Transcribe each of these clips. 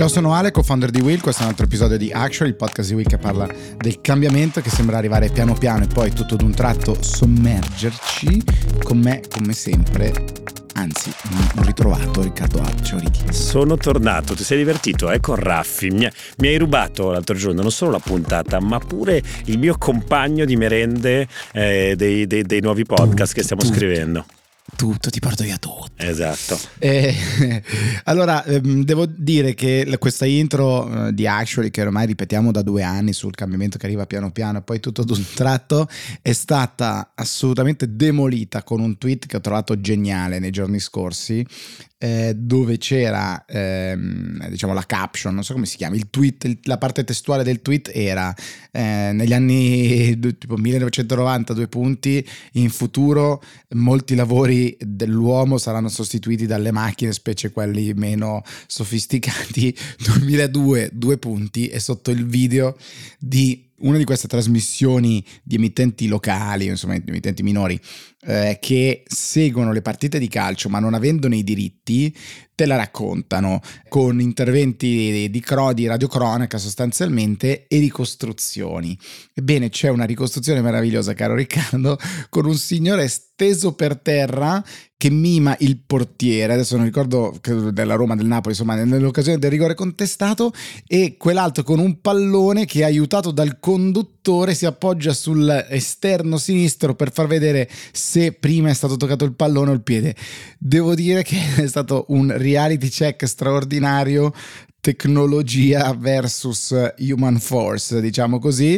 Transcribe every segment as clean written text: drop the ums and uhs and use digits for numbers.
Ciao, sono Ale, co-founder di Will. Questo è un altro episodio di Actually, il podcast di Will che parla del cambiamento che sembra arrivare piano piano e poi tutto d'un tratto sommergerci. Con me, come sempre, anzi, un ritrovato Riccardo Accioriti. Sono tornato, ti sei divertito con Raffi, mi hai rubato l'altro giorno non solo la puntata ma pure il mio compagno di merende dei nuovi podcast che stiamo scrivendo. Tutto, ti porto via tutto. Esatto. Allora, devo dire che questa intro di Actually, che ormai ripetiamo da 2 anni sul cambiamento che arriva piano piano e poi tutto d'un tratto, è stata assolutamente demolita con un tweet che ho trovato geniale nei giorni scorsi, dove c'era diciamo la caption, non so come si chiama, il tweet, la parte testuale del tweet era negli anni tipo 1990, 2 punti, in futuro molti lavori dell'uomo saranno sostituiti dalle macchine, specie quelli meno sofisticati, 2002, 2 punti, e sotto il video di una di queste trasmissioni di emittenti locali, insomma di emittenti minori, che seguono le partite di calcio ma non avendone i diritti, te la raccontano con interventi di radiocronaca sostanzialmente e ricostruzioni. Ebbene, c'è una ricostruzione meravigliosa, caro Riccardo, con un signore steso per terra che mima il portiere, adesso non ricordo, della Roma, del Napoli, insomma nell'occasione del rigore contestato, e quell'altro con un pallone che, aiutato dal conduttore, si appoggia sull'esterno sinistro per far vedere se prima è stato toccato il pallone o il piede. Devo dire che è stato un reality check straordinario, tecnologia versus human force, diciamo così,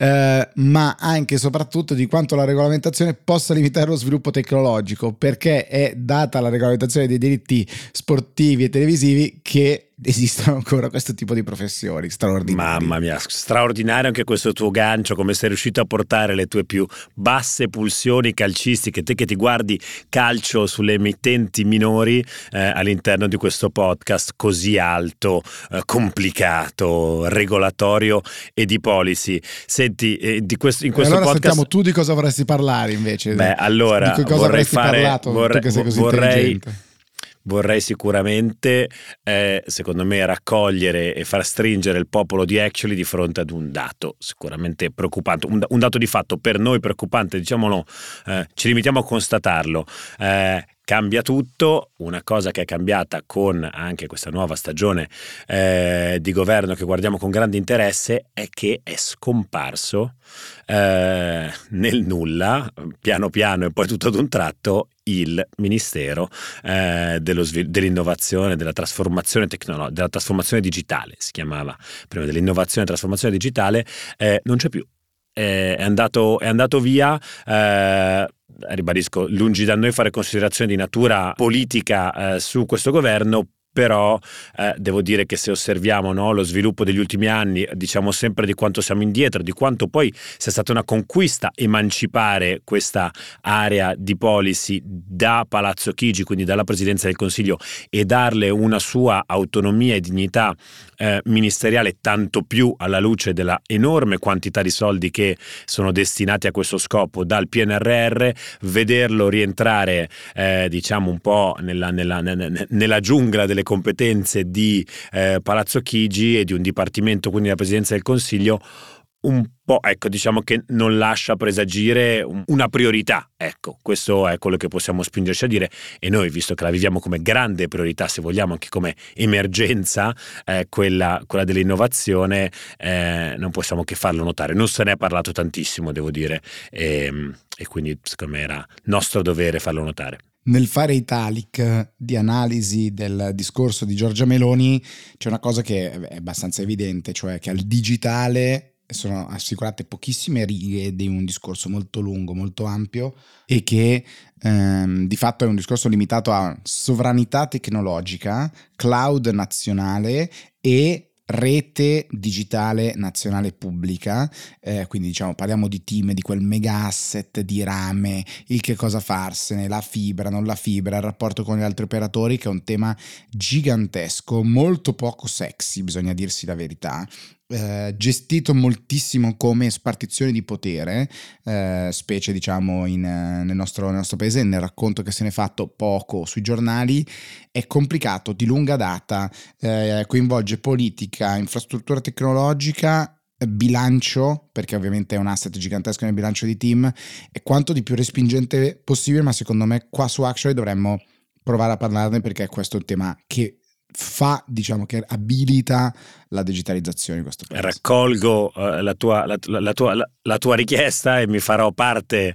ma anche e soprattutto di quanto la regolamentazione possa limitare lo sviluppo tecnologico, perché è data la regolamentazione dei diritti sportivi e televisivi che esistono ancora questo tipo di professioni straordinarie. Mamma mia, straordinario anche questo tuo gancio, come sei riuscito a portare le tue più basse pulsioni calcistiche, te che ti guardi calcio sulle emittenti minori, all'interno di questo podcast così alto, complicato, regolatorio e di policy. Senti, in questo allora podcast sentiamo tu di cosa vorresti parlare invece. Beh, allora di cosa avresti parlato, tu che sei così intelligente. Vorrei sicuramente, secondo me, raccogliere e far stringere il popolo di Actually di fronte ad un dato sicuramente preoccupante, un dato di fatto per noi preoccupante, diciamolo, ci limitiamo a constatarlo. Cambia tutto. Una cosa che è cambiata con anche questa nuova stagione di governo che guardiamo con grande interesse è che è scomparso nel nulla, piano piano e poi tutto ad un tratto, il Ministero dell'innovazione, della trasformazione tecnologica, della trasformazione digitale si chiamava prima, dell'innovazione e trasformazione digitale, non c'è più. È andato via. Ribadisco, lungi da noi fare considerazioni di natura politica su questo governo, però devo dire che se osserviamo, no, lo sviluppo degli ultimi anni, diciamo sempre di quanto siamo indietro, di quanto poi sia stata una conquista emancipare questa area di policy da Palazzo Chigi, quindi dalla Presidenza del Consiglio, e darle una sua autonomia e dignità ministeriale, tanto più alla luce della enorme quantità di soldi che sono destinati a questo scopo dal PNRR, vederlo rientrare diciamo un po' nella giungla delle competenze di Palazzo Chigi e di un dipartimento, quindi della Presidenza del Consiglio, un po', ecco, diciamo che non lascia presagire una priorità. Ecco, questo è quello che possiamo spingerci a dire, e noi, visto che la viviamo come grande priorità, se vogliamo anche come emergenza, quella dell'innovazione, non possiamo che farlo notare. Non se ne è parlato tantissimo, devo dire, e quindi secondo me era nostro dovere farlo notare. Nel fare italic di analisi del discorso di Giorgia Meloni c'è una cosa che è abbastanza evidente, cioè che al digitale sono assicurate pochissime righe di un discorso molto lungo, molto ampio, e che di fatto è un discorso limitato a sovranità tecnologica, cloud nazionale e rete digitale nazionale pubblica, quindi diciamo parliamo di team, di quel mega asset di rame, il che cosa farsene, la fibra, non la fibra, il rapporto con gli altri operatori, che è un tema gigantesco, molto poco sexy, bisogna dirsi la verità, gestito moltissimo come spartizione di potere, specie diciamo nel nostro paese, nel racconto che se ne è fatto poco sui giornali. È complicato, di lunga data, coinvolge politica, infrastruttura tecnologica, bilancio, perché ovviamente è un asset gigantesco nel bilancio di team, e quanto di più respingente possibile, ma secondo me qua su Actually dovremmo provare a parlarne, perché questo è un tema che che abilita la digitalizzazione in questo paese. Raccolgo la tua richiesta e mi farò parte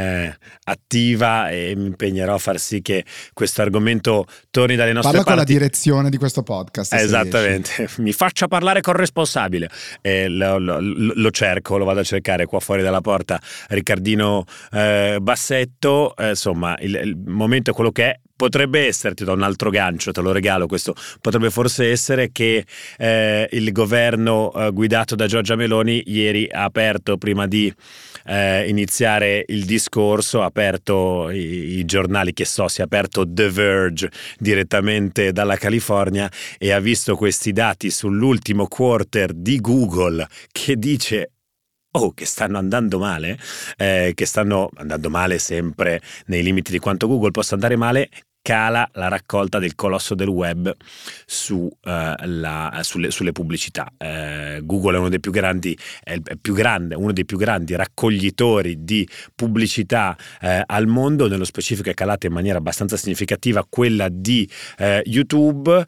attiva e mi impegnerò a far sì che questo argomento torni dalle nostre parti. Parla con la direzione di questo podcast. Esattamente, mi faccia parlare col responsabile. Lo cerco, lo vado a cercare qua fuori dalla porta. Riccardino Bassetto, insomma, il momento è quello che è. Potrebbe essere, ti do un altro gancio, te lo regalo questo, potrebbe forse essere che il governo guidato da Giorgia Meloni ieri ha aperto, prima di iniziare il discorso, ha aperto i giornali, che so, si è aperto The Verge direttamente dalla California e ha visto questi dati sull'ultimo quarter di Google che dice che stanno andando male, che stanno andando male sempre nei limiti di quanto Google possa andare male. Cala la raccolta del colosso del web sulle pubblicità. Google è uno dei più grandi, uno dei più grandi raccoglitori di pubblicità al mondo. Nello specifico è calata in maniera abbastanza significativa quella di YouTube.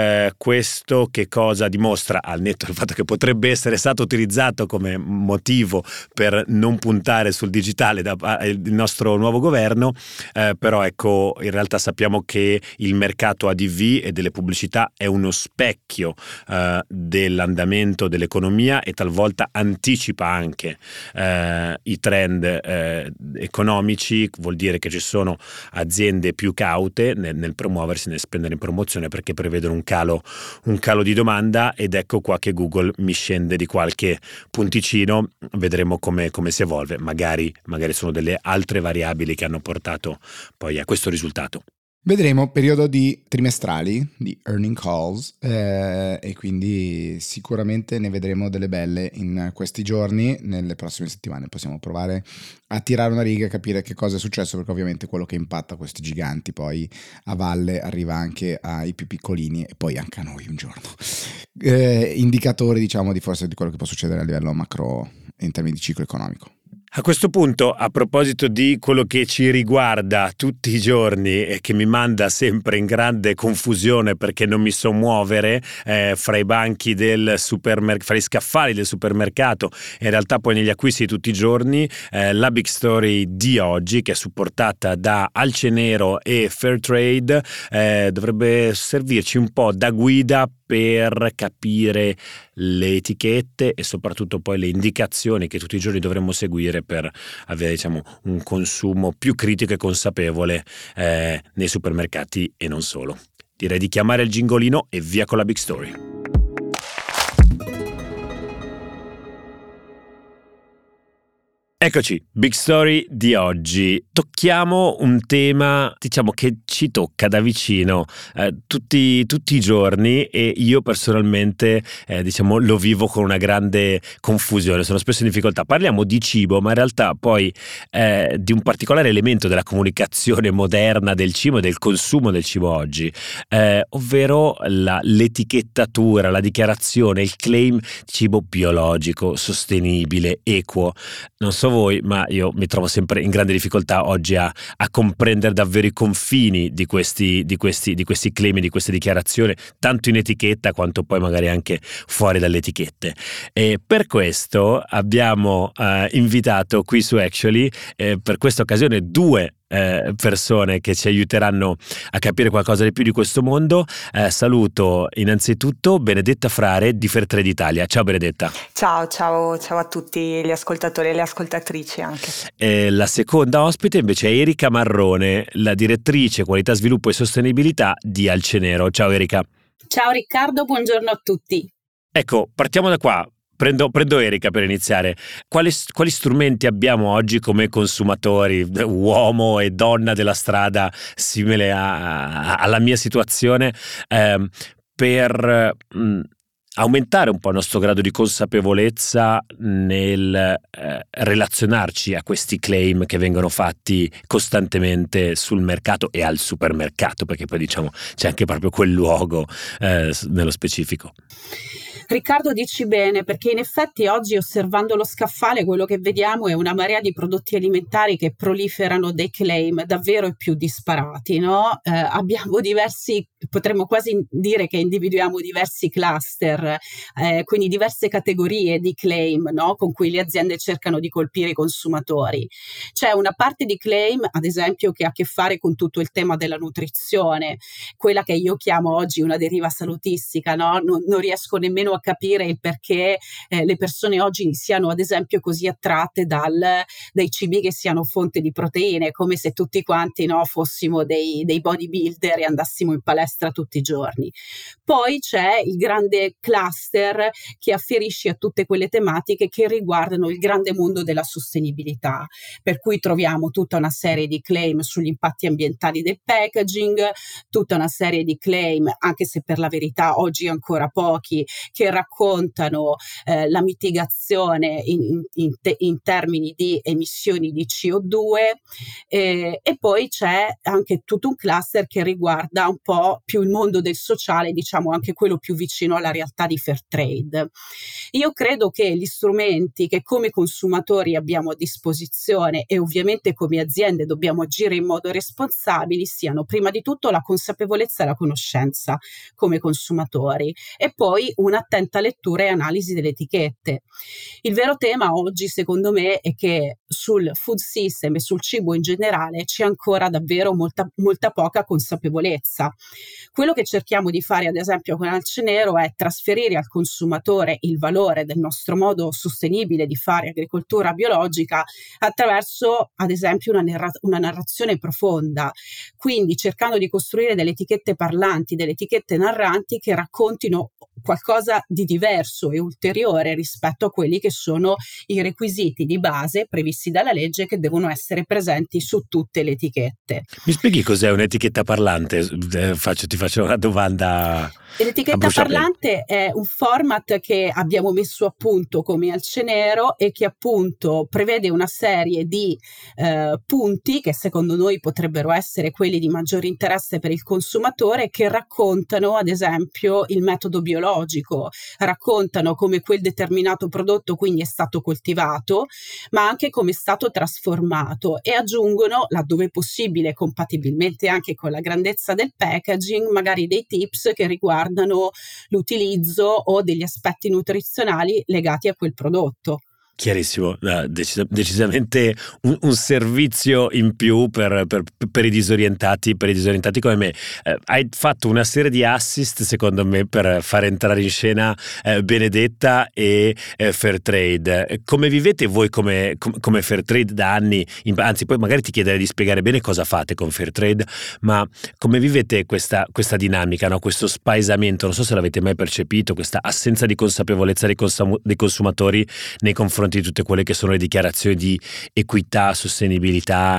Questo che cosa dimostra, al netto del fatto che potrebbe essere stato utilizzato come motivo per non puntare sul digitale il nostro nuovo governo, però ecco, in realtà sappiamo che il mercato ADV e delle pubblicità è uno specchio dell'andamento dell'economia e talvolta anticipa anche i trend economici. Vuol dire che ci sono aziende più caute nel promuoversi, nel spendere in promozione, perché prevedono un calo di domanda, ed ecco qua che Google mi scende di qualche punticino. Vedremo come si evolve, magari sono delle altre variabili che hanno portato poi a questo risultato. Vedremo, periodo di trimestrali, di earning calls, e quindi sicuramente ne vedremo delle belle in questi giorni. Nelle prossime settimane possiamo provare a tirare una riga e capire che cosa è successo, perché ovviamente quello che impatta questi giganti poi a valle arriva anche ai più piccolini e poi anche a noi un giorno. Indicatori, diciamo, di forse di quello che può succedere a livello macro in termini di ciclo economico. A questo punto, a proposito di quello che ci riguarda tutti i giorni e che mi manda sempre in grande confusione perché non mi so muovere fra i banchi del supermercato, fra gli scaffali del supermercato, e in realtà poi negli acquisti di tutti i giorni, la Big Story di oggi, che è supportata da Alcenero e Fairtrade, dovrebbe servirci un po' da guida per capire le etichette e soprattutto poi le indicazioni che tutti i giorni dovremmo seguire per avere, diciamo, un consumo più critico e consapevole nei supermercati e non solo. Direi di chiamare il gingolino e via con la Big Story. Eccoci, Big Story di oggi. Tocchiamo un tema, diciamo, che ci tocca da vicino tutti i giorni, e io personalmente diciamo lo vivo con una grande confusione, sono spesso in difficoltà. Parliamo di cibo, ma in realtà poi di un particolare elemento della comunicazione moderna del cibo e del consumo del cibo oggi, ovvero l'etichettatura, la dichiarazione, il claim cibo biologico, sostenibile, equo. Non so voi, ma io mi trovo sempre in grande difficoltà oggi a comprendere davvero i confini di questi claim, di queste dichiarazioni, tanto in etichetta quanto poi magari anche fuori dalle etichette. E per questo abbiamo invitato qui su Actually, per questa occasione, due persone che ci aiuteranno a capire qualcosa di più di questo mondo. Saluto innanzitutto Benedetta Frare di Fairtrade Italia. Ciao Benedetta. Ciao a tutti gli ascoltatori e le ascoltatrici anche. La seconda ospite invece è Erika Marrone, la direttrice qualità, sviluppo e sostenibilità di Alcenero. Ciao Erika. Ciao Riccardo, buongiorno a tutti. Ecco, partiamo da qua. Prendo Erika per iniziare. Quali strumenti abbiamo oggi come consumatori, uomo e donna della strada, simile alla mia situazione, per aumentare un po' il nostro grado di consapevolezza nel relazionarci a questi claim che vengono fatti costantemente sul mercato e al supermercato, perché poi diciamo c'è anche proprio quel luogo nello specifico. Riccardo, dici bene, perché in effetti oggi, osservando lo scaffale, quello che vediamo è una marea di prodotti alimentari che proliferano dei claim davvero i più disparati, no? Abbiamo diversi, potremmo quasi dire che individuiamo diversi cluster, quindi diverse categorie di claim, no? Con cui le aziende cercano di colpire i consumatori. C'è una parte di claim, ad esempio, che ha a che fare con tutto il tema della nutrizione, quella che io chiamo oggi una deriva salutistica, no? Non riesco nemmeno a capire il perché le persone oggi siano ad esempio così attratte dai cibi che siano fonte di proteine, come se tutti quanti, no, fossimo dei bodybuilder e andassimo in palestra tutti i giorni. Poi c'è il grande cluster che afferisce a tutte quelle tematiche che riguardano il grande mondo della sostenibilità, per cui troviamo tutta una serie di claim sugli impatti ambientali del packaging, tutta una serie di claim, anche se per la verità oggi ancora pochi, che raccontano la mitigazione in termini di emissioni di CO2 e poi c'è anche tutto un cluster che riguarda un po' più il mondo del sociale, diciamo anche quello più vicino alla realtà di fair trade. Io credo che gli strumenti che come consumatori abbiamo a disposizione e ovviamente come aziende dobbiamo agire in modo responsabile siano prima di tutto la consapevolezza e la conoscenza come consumatori e poi un'attenta lettura e analisi delle etichette. Il vero tema oggi, secondo me, è che sul food system e sul cibo in generale c'è ancora davvero molta poca consapevolezza. Quello che cerchiamo di fare, ad esempio, con Alcenero è trasferire al consumatore il valore del nostro modo sostenibile di fare agricoltura biologica attraverso, ad esempio, una narrazione profonda, quindi cercando di costruire delle etichette parlanti, delle etichette narranti che raccontino qualcosa di diverso e ulteriore rispetto a quelli che sono i requisiti di base previsti dalla legge che devono essere presenti su tutte le etichette. Mi spieghi cos'è un'etichetta parlante? Ti faccio una domanda. L'etichetta parlante è un format che abbiamo messo a punto come Alcenero e che appunto prevede una serie di punti che secondo noi potrebbero essere quelli di maggiore interesse per il consumatore, che raccontano ad esempio il metodo biologico, raccontano come quel determinato prodotto quindi è stato coltivato, ma anche come è stato trasformato, e aggiungono, laddove possibile, compatibilmente anche con la grandezza del packaging, magari dei tips che riguardano l'utilizzo o degli aspetti nutrizionali legati a quel prodotto. Chiarissimo, decisamente un servizio in più per i disorientati come me. Hai fatto una serie di assist secondo me per far entrare in scena Benedetta e Fairtrade. Come vivete voi come Fairtrade da anni? Anzi, poi magari ti chiederei di spiegare bene cosa fate con Fairtrade, ma come vivete questa dinamica, no? Questo spaesamento, non so se l'avete mai percepito, questa assenza di consapevolezza dei consumatori nei confronti di tutte quelle che sono le dichiarazioni di equità, sostenibilità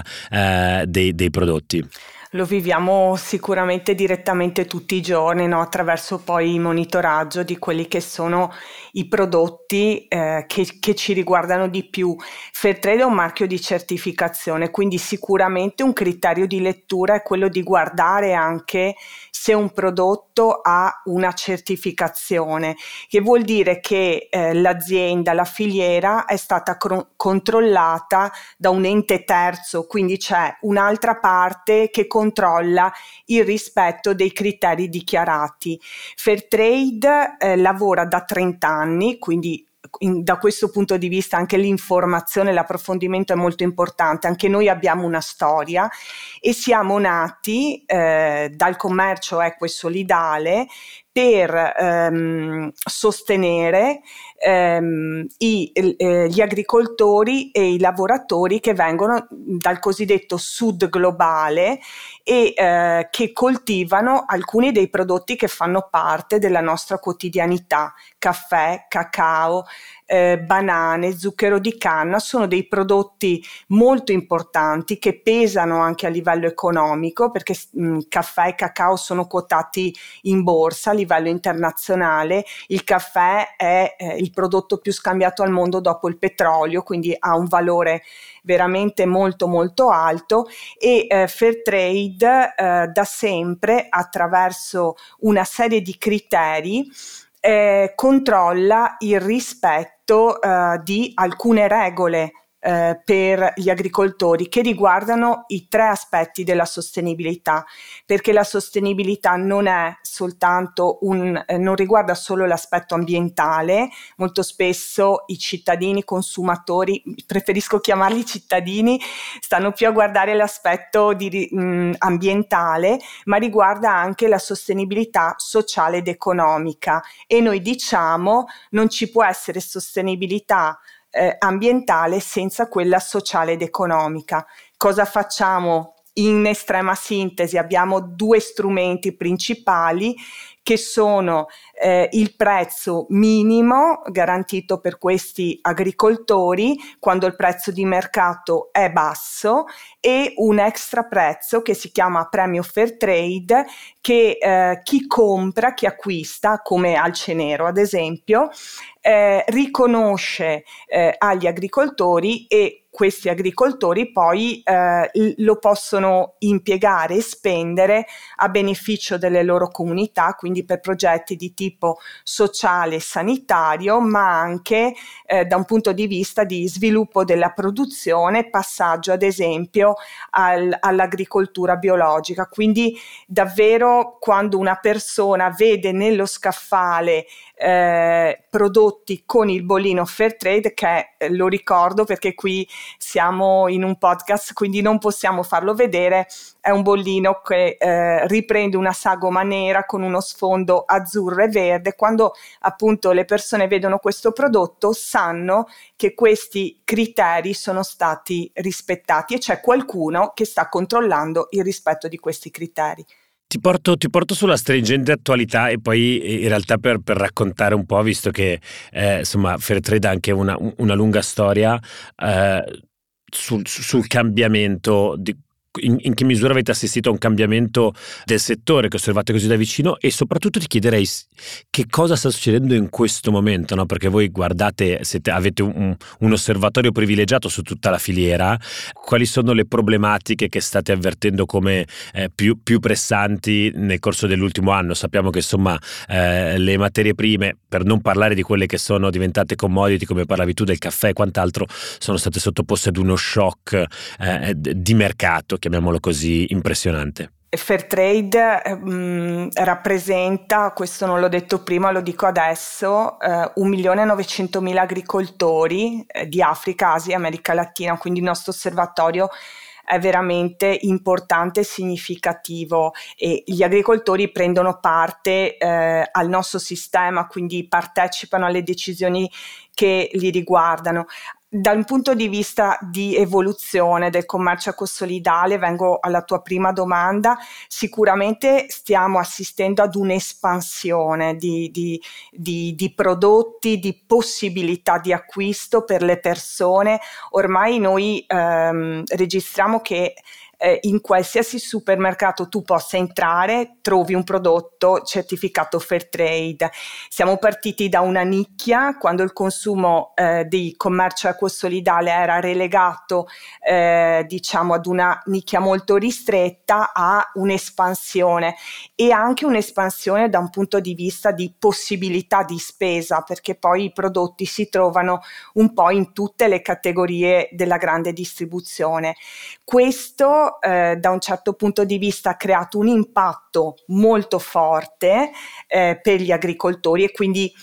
dei prodotti. Lo viviamo sicuramente direttamente tutti i giorni, no? Attraverso poi il monitoraggio di quelli che sono i prodotti che ci riguardano di più. Fairtrade è un marchio di certificazione, quindi sicuramente un criterio di lettura è quello di guardare anche se un prodotto ha una certificazione, che vuol dire che l'azienda, la filiera è stata controllata da un ente terzo, quindi c'è un'altra parte che controlla il rispetto dei criteri dichiarati. Fairtrade lavora da 30 anni, quindi da questo punto di vista anche l'informazione e l'approfondimento è molto importante. Anche noi abbiamo una storia e siamo nati dal commercio equo e solidale per sostenere gli agricoltori e i lavoratori che vengono dal cosiddetto sud globale e che coltivano alcuni dei prodotti che fanno parte della nostra quotidianità: caffè, cacao, banane, zucchero di canna. Sono dei prodotti molto importanti che pesano anche a livello economico, perché caffè e cacao sono quotati in borsa a livello internazionale. Il caffè è il prodotto più scambiato al mondo dopo il petrolio, quindi ha un valore veramente molto molto alto, e Fairtrade da sempre, attraverso una serie di criteri, controlla il rispetto di alcune regole per gli agricoltori che riguardano i 3 aspetti della sostenibilità, perché la sostenibilità non è soltanto non riguarda solo l'aspetto ambientale. Molto spesso i cittadini consumatori, preferisco chiamarli cittadini, stanno più a guardare l'aspetto ambientale, ma riguarda anche la sostenibilità sociale ed economica, e noi diciamo non ci può essere sostenibilità ambientale senza quella sociale ed economica. Cosa facciamo? In estrema sintesi abbiamo 2 strumenti principali, che sono il prezzo minimo garantito per questi agricoltori quando il prezzo di mercato è basso, e un extra prezzo che si chiama premio Fairtrade, che chi compra, chi acquista, come Alce Nero ad esempio, riconosce agli agricoltori, e questi agricoltori poi lo possono impiegare e spendere a beneficio delle loro comunità, quindi per progetti di tipo sociale e sanitario, ma anche da un punto di vista di sviluppo della produzione, passaggio ad esempio all'agricoltura biologica. Quindi davvero, quando una persona vede nello scaffale prodotti con il bollino Fairtrade, che lo ricordo perché qui siamo in un podcast quindi non possiamo farlo vedere, è un bollino che riprende una sagoma nera con uno sfondo azzurro e verde. Quando appunto le persone vedono questo prodotto sanno che questi criteri sono stati rispettati e c'è qualcuno che sta controllando il rispetto di questi criteri. Ti porto sulla stringente attualità, e poi in realtà per raccontare un po', visto che insomma Fairtrade ha anche una lunga storia sul cambiamento in che misura avete assistito a un cambiamento del settore che osservate così da vicino, e soprattutto ti chiederei che cosa sta succedendo in questo momento, no? Perché voi guardate, avete un osservatorio privilegiato su tutta la filiera. Quali sono le problematiche che state avvertendo come più pressanti nel corso dell'ultimo anno? Sappiamo che insomma le materie prime, per non parlare di quelle che sono diventate commodity, come parlavi tu del caffè e quant'altro, sono state sottoposte ad uno shock di mercato, chiamiamolo così, impressionante. Fairtrade rappresenta, questo non l'ho detto prima, lo dico adesso, 1.900.000 agricoltori di Africa, Asia, America Latina, quindi il nostro osservatorio è veramente importante e significativo, e gli agricoltori prendono parte al nostro sistema, quindi partecipano alle decisioni che li riguardano. Dal punto di vista di evoluzione del commercio ecosolidale, vengo alla tua prima domanda, sicuramente stiamo assistendo ad un'espansione di prodotti, di possibilità di acquisto per le persone. Ormai noi registriamo che in qualsiasi supermercato tu possa entrare, trovi un prodotto certificato Fairtrade. Siamo partiti da una nicchia, quando il consumo di commercio ecosolidale era relegato diciamo ad una nicchia molto ristretta, a un'espansione, e anche un'espansione da un punto di vista di possibilità di spesa, perché poi i prodotti si trovano un po' in tutte le categorie della grande distribuzione. Questo da un certo punto di vista ha creato un impatto molto forte per gli agricoltori, e quindi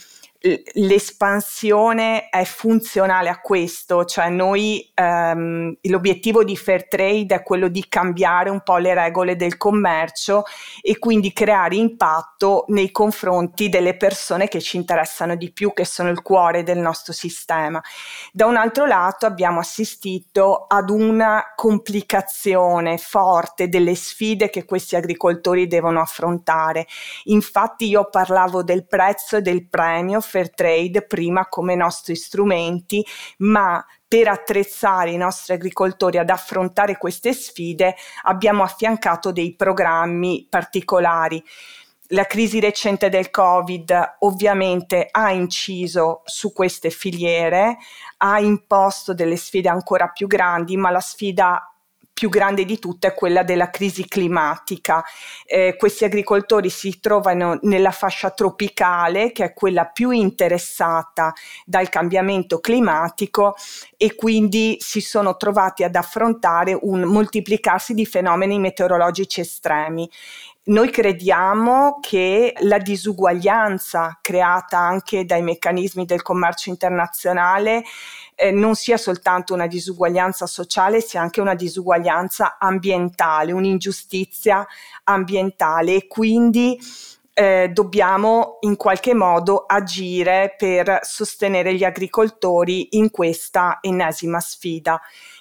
l'espansione è funzionale a questo, cioè noi l'obiettivo di Fairtrade è quello di cambiare un po' le regole del commercio e quindi creare impatto nei confronti delle persone che ci interessano di più, che sono il cuore del nostro sistema. Da un altro lato abbiamo assistito ad una complicazione forte delle sfide che questi agricoltori devono affrontare. Infatti io parlavo del prezzo e del premio Fairtrade prima come nostri strumenti, ma per attrezzare i nostri agricoltori ad affrontare queste sfide abbiamo affiancato dei programmi particolari. La crisi recente del Covid ovviamente ha inciso su queste filiere, ha imposto delle sfide ancora più grandi, ma la sfida più grande di tutte è quella della crisi climatica. Questi agricoltori si trovano nella fascia tropicale, che è quella più interessata dal cambiamento climatico, e quindi si sono trovati ad affrontare un moltiplicarsi di fenomeni meteorologici estremi. Noi crediamo che la disuguaglianza creata anche dai meccanismi del commercio internazionale non sia soltanto una disuguaglianza sociale, sia anche una disuguaglianza ambientale, un'ingiustizia ambientale, e quindi dobbiamo in qualche modo agire per sostenere gli agricoltori in questa ennesima sfida.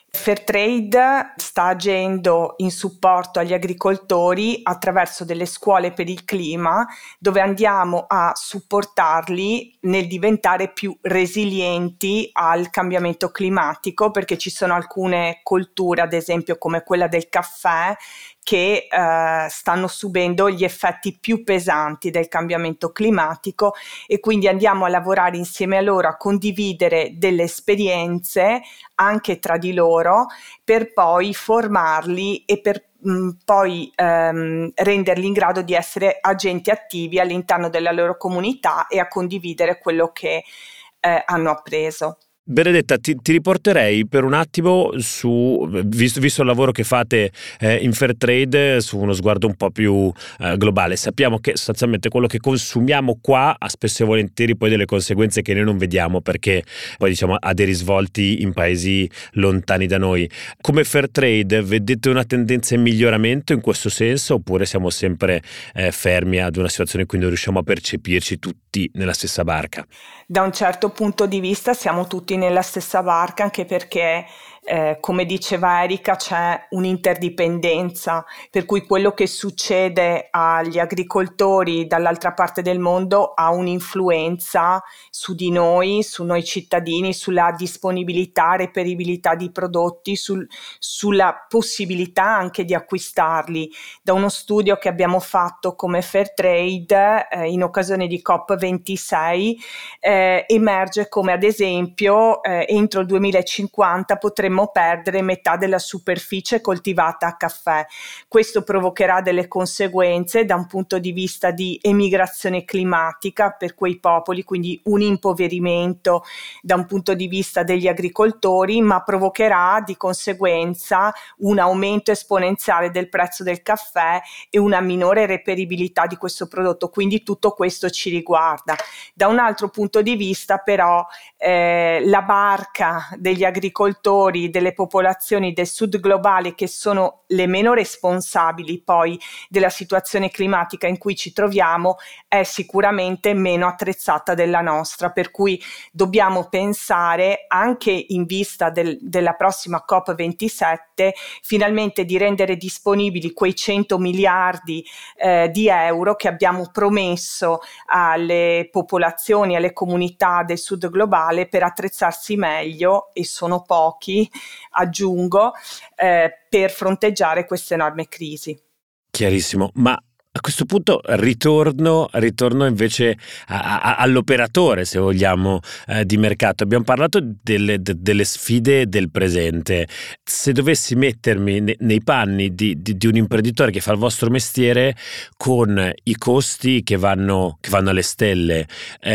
Fairtrade sta agendo in supporto agli agricoltori attraverso delle scuole per il clima, dove andiamo a supportarli nel diventare più resilienti al cambiamento climatico, perché ci sono alcune colture, ad esempio come quella del caffè, che stanno subendo gli effetti più pesanti del cambiamento climatico, e quindi andiamo a lavorare insieme a loro, a condividere delle esperienze anche tra di loro, per poi formarli e per poi renderli in grado di essere agenti attivi all'interno della loro comunità e a condividere quello che hanno appreso. Benedetta, ti riporterei per un attimo su, visto il lavoro che fate in Fairtrade, su uno sguardo un po' più globale. Sappiamo che sostanzialmente quello che consumiamo qua ha spesso e volentieri poi delle conseguenze che noi non vediamo, perché poi diciamo ha dei risvolti in paesi lontani da noi. Come Fairtrade vedete una tendenza in miglioramento in questo senso, oppure siamo sempre fermi ad una situazione in cui non riusciamo a percepirci tutti nella stessa barca? Da un certo punto di vista siamo tutti nella stessa barca, anche perché come diceva Erika, c'è un'interdipendenza, per cui quello che succede agli agricoltori dall'altra parte del mondo ha un'influenza su di noi, su noi cittadini, sulla disponibilità, reperibilità di prodotti, sulla possibilità anche di acquistarli. Da uno studio che abbiamo fatto come Fairtrade in occasione di COP26 emerge come, ad esempio, entro il 2050 potremmo perdere metà della superficie coltivata a caffè. Questo provocherà delle conseguenze da un punto di vista di emigrazione climatica per quei popoli, quindi un impoverimento da un punto di vista degli agricoltori, ma provocherà di conseguenza un aumento esponenziale del prezzo del caffè e una minore reperibilità di questo prodotto, quindi tutto questo ci riguarda. Da un altro punto di vista però la barca degli agricoltori, delle popolazioni del sud globale, che sono le meno responsabili poi della situazione climatica in cui ci troviamo, è sicuramente meno attrezzata della nostra, per cui dobbiamo pensare, anche in vista della prossima COP27, finalmente di rendere disponibili quei 100 miliardi di euro che abbiamo promesso alle popolazioni, alle comunità del sud globale, per attrezzarsi meglio, e sono pochi, aggiungo, per fronteggiare queste enorme crisi. Chiarissimo, ma a questo punto ritorno invece all'operatore, se vogliamo, di mercato. Abbiamo parlato delle sfide del presente. Se dovessi mettermi nei panni di un imprenditore che fa il vostro mestiere, con i costi che vanno alle stelle,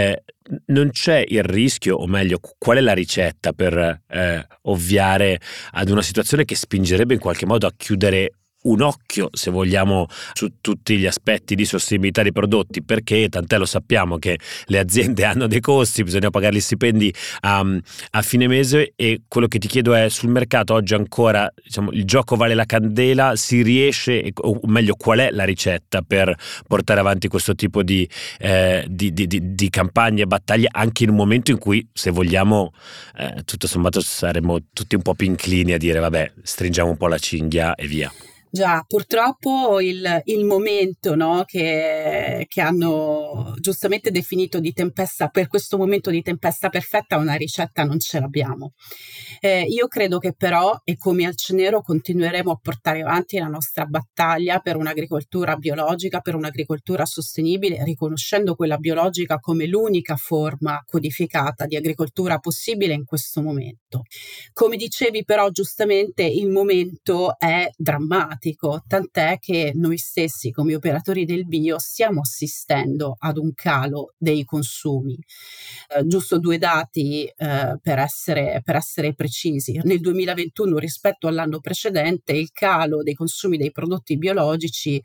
non c'è il rischio, o meglio, qual è la ricetta per ovviare ad una situazione che spingerebbe in qualche modo a chiudere un occhio, se vogliamo, su tutti gli aspetti di sostenibilità dei prodotti, perché tant'è, lo sappiamo che le aziende hanno dei costi, bisogna pagare gli stipendi a fine mese, e quello che ti chiedo è: sul mercato oggi ancora, diciamo, il gioco vale la candela? Si riesce, o meglio, qual è la ricetta per portare avanti questo tipo di campagne e battaglie, anche in un momento in cui, se vogliamo, tutto sommato saremmo tutti un po' più inclini a dire vabbè, stringiamo un po' la cinghia e via. Già, purtroppo il momento, no, che hanno giustamente definito di tempesta, per questo momento di tempesta perfetta, una ricetta non ce l'abbiamo. Io credo che però, e come Alcenero, continueremo a portare avanti la nostra battaglia per un'agricoltura biologica, per un'agricoltura sostenibile, riconoscendo quella biologica come l'unica forma codificata di agricoltura possibile in questo momento. Come dicevi però giustamente, il momento è drammatico, tant'è che noi stessi come operatori del bio stiamo assistendo ad un calo dei consumi. Giusto 2 dati per essere precisi. Nel 2021 rispetto all'anno precedente il calo dei consumi dei prodotti biologici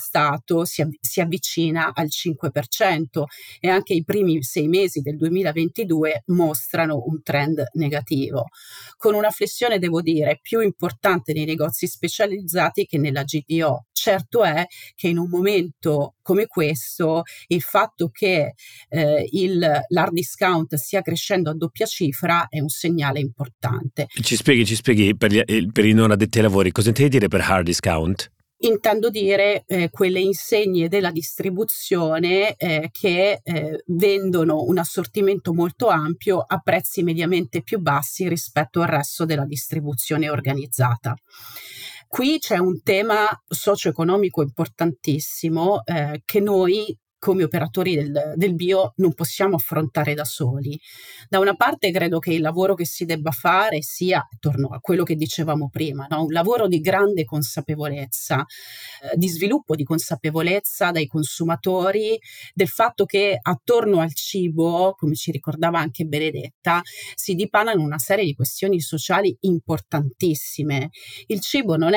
si avvicina al 5%, e anche i primi 6 mesi del 2022 mostrano un trend negativo, con una flessione, devo dire, più importante nei negozi specializzati che nella GDO. Certo è che in un momento come questo il fatto che l'hard discount stia crescendo a doppia cifra è un segnale importante. Ci spieghi per i non addetti ai lavori cosa intendi dire per hard discount? Intendo dire quelle insegne della distribuzione che vendono un assortimento molto ampio a prezzi mediamente più bassi rispetto al resto della distribuzione organizzata. Qui c'è un tema socio-economico importantissimo che noi come operatori del bio non possiamo affrontare da soli. Da una parte credo che il lavoro che si debba fare sia, torno a quello che dicevamo prima, no? Un lavoro di grande consapevolezza, di sviluppo di consapevolezza dai consumatori del fatto che attorno al cibo, come ci ricordava anche Benedetta, si dipanano una serie di questioni sociali importantissime. Il cibo non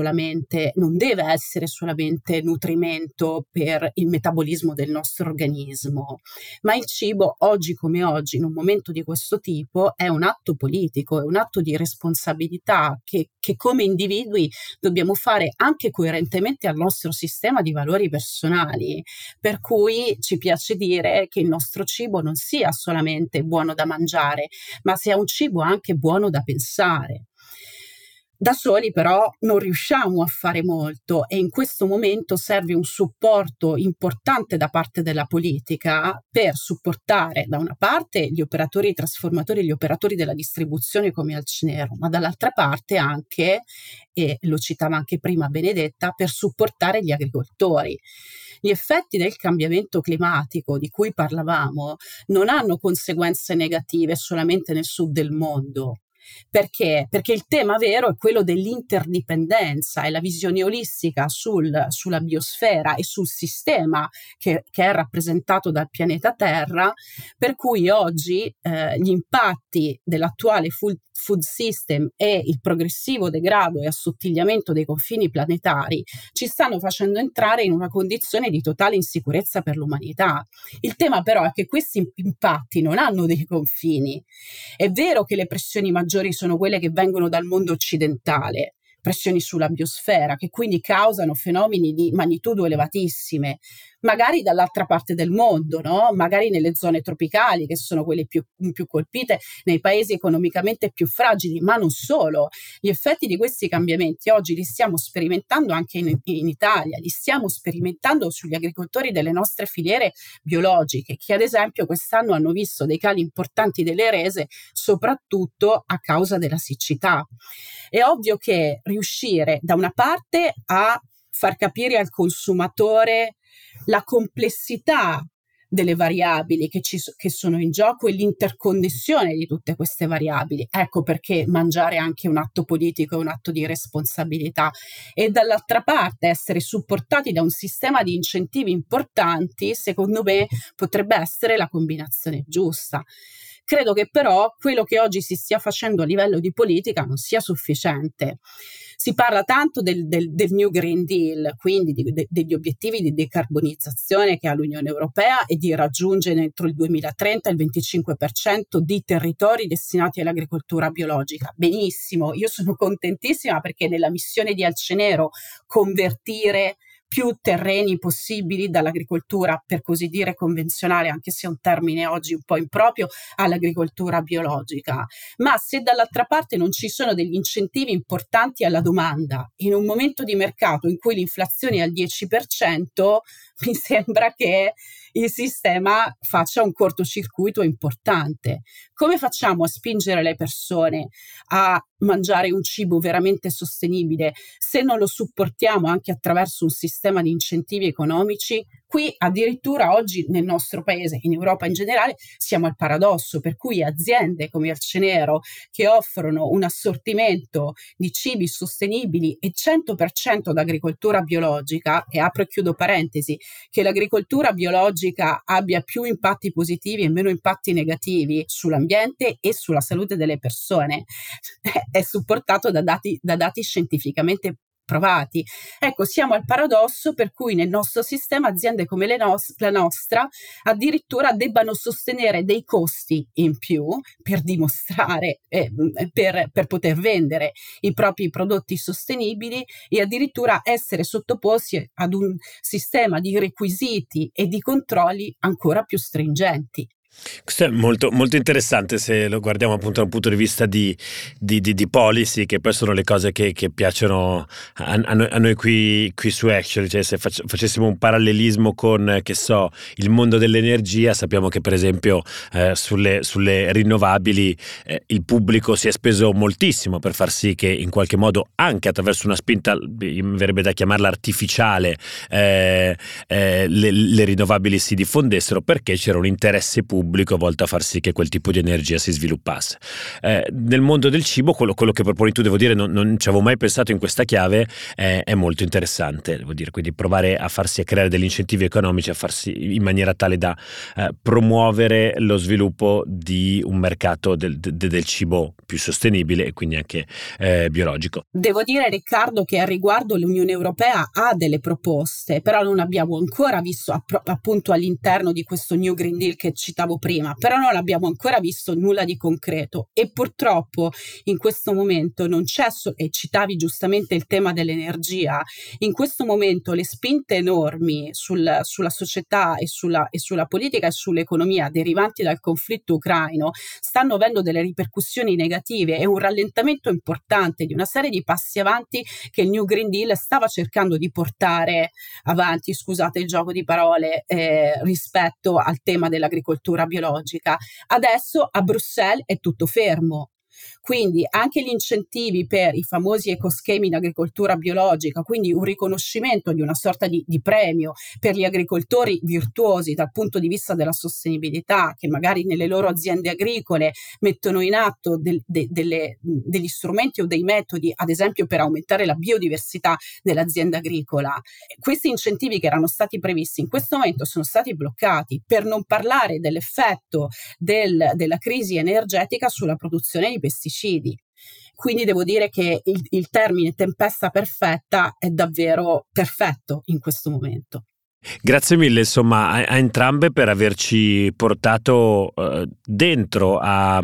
deve essere solamente nutrimento per il metabolismo del nostro organismo, ma il cibo oggi come oggi, in un momento di questo tipo, è un atto politico, è un atto di responsabilità che come individui dobbiamo fare anche coerentemente al nostro sistema di valori personali, per cui ci piace dire che il nostro cibo non sia solamente buono da mangiare, ma sia un cibo anche buono da pensare. Da soli però non riusciamo a fare molto, e in questo momento serve un supporto importante da parte della politica per supportare da una parte gli operatori, i trasformatori, gli operatori della distribuzione come Alcenero, ma dall'altra parte anche, e lo citava anche prima Benedetta, per supportare gli agricoltori. Gli effetti del cambiamento climatico di cui parlavamo non hanno conseguenze negative solamente nel sud del mondo. Perché? Perché il tema vero è quello dell'interdipendenza e la visione olistica sulla biosfera e sul sistema che è rappresentato dal pianeta Terra, per cui oggi gli impatti dell'attuale food system e il progressivo degrado e assottigliamento dei confini planetari ci stanno facendo entrare in una condizione di totale insicurezza per l'umanità. Il tema però è che questi impatti non hanno dei confini. È vero che le pressioni maggiori sono quelle che vengono dal mondo occidentale, pressioni sulla biosfera, che quindi causano fenomeni di magnitudo elevatissime, magari dall'altra parte del mondo, no? Magari nelle zone tropicali, che sono quelle più colpite, nei paesi economicamente più fragili, ma non solo. Gli effetti di questi cambiamenti oggi li stiamo sperimentando anche in Italia, li stiamo sperimentando sugli agricoltori delle nostre filiere biologiche, che ad esempio quest'anno hanno visto dei cali importanti delle rese, soprattutto a causa della siccità. È ovvio che riuscire da una parte a far capire al consumatore la complessità delle variabili che sono in gioco e l'interconnessione di tutte queste variabili. Ecco perché mangiare è anche un atto politico, è un atto di responsabilità, e dall'altra parte essere supportati da un sistema di incentivi importanti, secondo me potrebbe essere la combinazione giusta. Credo che però quello che oggi si stia facendo a livello di politica non sia sufficiente. Si parla tanto del New Green Deal, quindi degli obiettivi di decarbonizzazione che ha l'Unione Europea e di raggiungere entro il 2030 il 25% di territori destinati all'agricoltura biologica. Benissimo, io sono contentissima perché nella missione di Alcenero convertire più terreni possibili dall'agricoltura, per così dire, convenzionale, anche se è un termine oggi un po' improprio, all'agricoltura biologica. Ma se dall'altra parte non ci sono degli incentivi importanti alla domanda, in un momento di mercato in cui l'inflazione è al 10%, mi sembra che il sistema faccia un cortocircuito importante. Come facciamo a spingere le persone a mangiare un cibo veramente sostenibile se non lo supportiamo anche attraverso un sistema di incentivi economici? Qui addirittura oggi nel nostro paese, in Europa in generale, siamo al paradosso per cui aziende come Alcenero, che offrono un assortimento di cibi sostenibili e 100% d'agricoltura biologica, e apro e chiudo parentesi, che l'agricoltura biologica abbia più impatti positivi e meno impatti negativi sull'ambiente e sulla salute delle persone, è supportato da dati scientificamente provati. Ecco, siamo al paradosso per cui nel nostro sistema aziende come la nostra addirittura debbano sostenere dei costi in più per dimostrare, per poter vendere i propri prodotti sostenibili e addirittura essere sottoposti ad un sistema di requisiti e di controlli ancora più stringenti. Questo è molto, molto interessante se lo guardiamo appunto da un punto di vista di policy, che poi sono le cose che piacciono a noi qui su Actually. Cioè, se facessimo un parallelismo con, che so, il mondo dell'energia, sappiamo che per esempio sulle rinnovabili il pubblico si è speso moltissimo per far sì che in qualche modo, anche attraverso una spinta, mi verrebbe da chiamarla artificiale, le rinnovabili si diffondessero, perché c'era un interesse pubblico volto a far sì che quel tipo di energia si sviluppasse. Nel mondo del cibo, quello che proponi tu, devo dire, non ci avevo mai pensato in questa chiave, è molto interessante, devo dire, quindi provare a farsi, a creare degli incentivi economici, a farsi in maniera tale da promuovere lo sviluppo di un mercato del cibo più sostenibile e quindi anche biologico. Devo dire, Riccardo, che al riguardo l'Unione Europea ha delle proposte, però non abbiamo ancora visto appunto all'interno di questo New Green Deal che citavo prima, però non abbiamo ancora visto nulla di concreto e purtroppo in questo momento non c'è, e citavi giustamente il tema dell'energia, in questo momento le spinte enormi sulla società e sulla politica e sull'economia derivanti dal conflitto ucraino stanno avendo delle ripercussioni negative e un rallentamento importante di una serie di passi avanti che il New Green Deal stava cercando di portare avanti, scusate il gioco di parole, rispetto al tema dell'agricoltura biologica. Adesso a Bruxelles è tutto fermo. Quindi anche gli incentivi per i famosi ecoschemi in agricoltura biologica, quindi un riconoscimento di una sorta di premio per gli agricoltori virtuosi dal punto di vista della sostenibilità, che magari nelle loro aziende agricole mettono in atto degli strumenti o dei metodi, ad esempio per aumentare la biodiversità dell'azienda agricola. Questi incentivi che erano stati previsti in questo momento sono stati bloccati, per non parlare dell'effetto della crisi energetica sulla produzione di pesticidi. Quindi devo dire che il termine tempesta perfetta è davvero perfetto in questo momento. Grazie mille insomma a entrambe per averci portato dentro al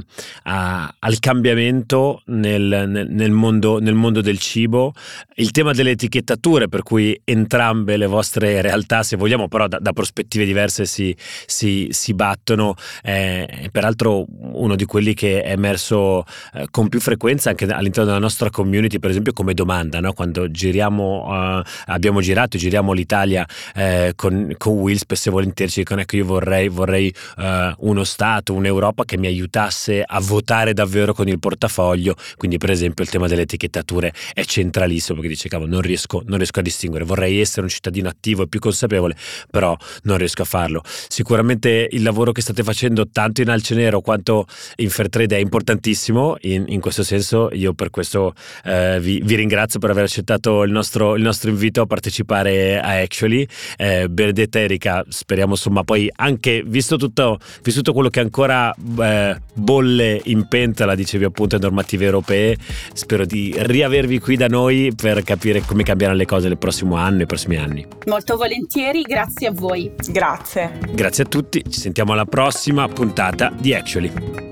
cambiamento nel mondo del cibo, il tema delle etichettature, per cui entrambe le vostre realtà, se vogliamo, però da prospettive diverse si battono. Peraltro uno di quelli che è emerso con più frequenza anche all'interno della nostra community, per esempio come domanda, no? Quando giriamo l'Italia con Will, spesso e volentieri ci dicono: ecco, io vorrei uno Stato, un'Europa che mi aiutasse a votare davvero con il portafoglio. Quindi per esempio il tema delle etichettature è centralissimo, perché dice: cavolo, non riesco a distinguere, vorrei essere un cittadino attivo e più consapevole, però non riesco a farlo. Sicuramente il lavoro che state facendo tanto in Alcenero quanto in Fairtrade è importantissimo, in questo senso io per questo vi ringrazio per aver accettato il nostro invito a partecipare a Actually. Benedetta, Erika, speriamo insomma poi anche visto quello che ancora bolle in pentola, dicevi appunto, le normative europee, spero di riavervi qui da noi per capire come cambieranno le cose nei prossimi anni. Molto volentieri, grazie a voi. Grazie. Grazie a tutti, ci sentiamo alla prossima puntata di Actually.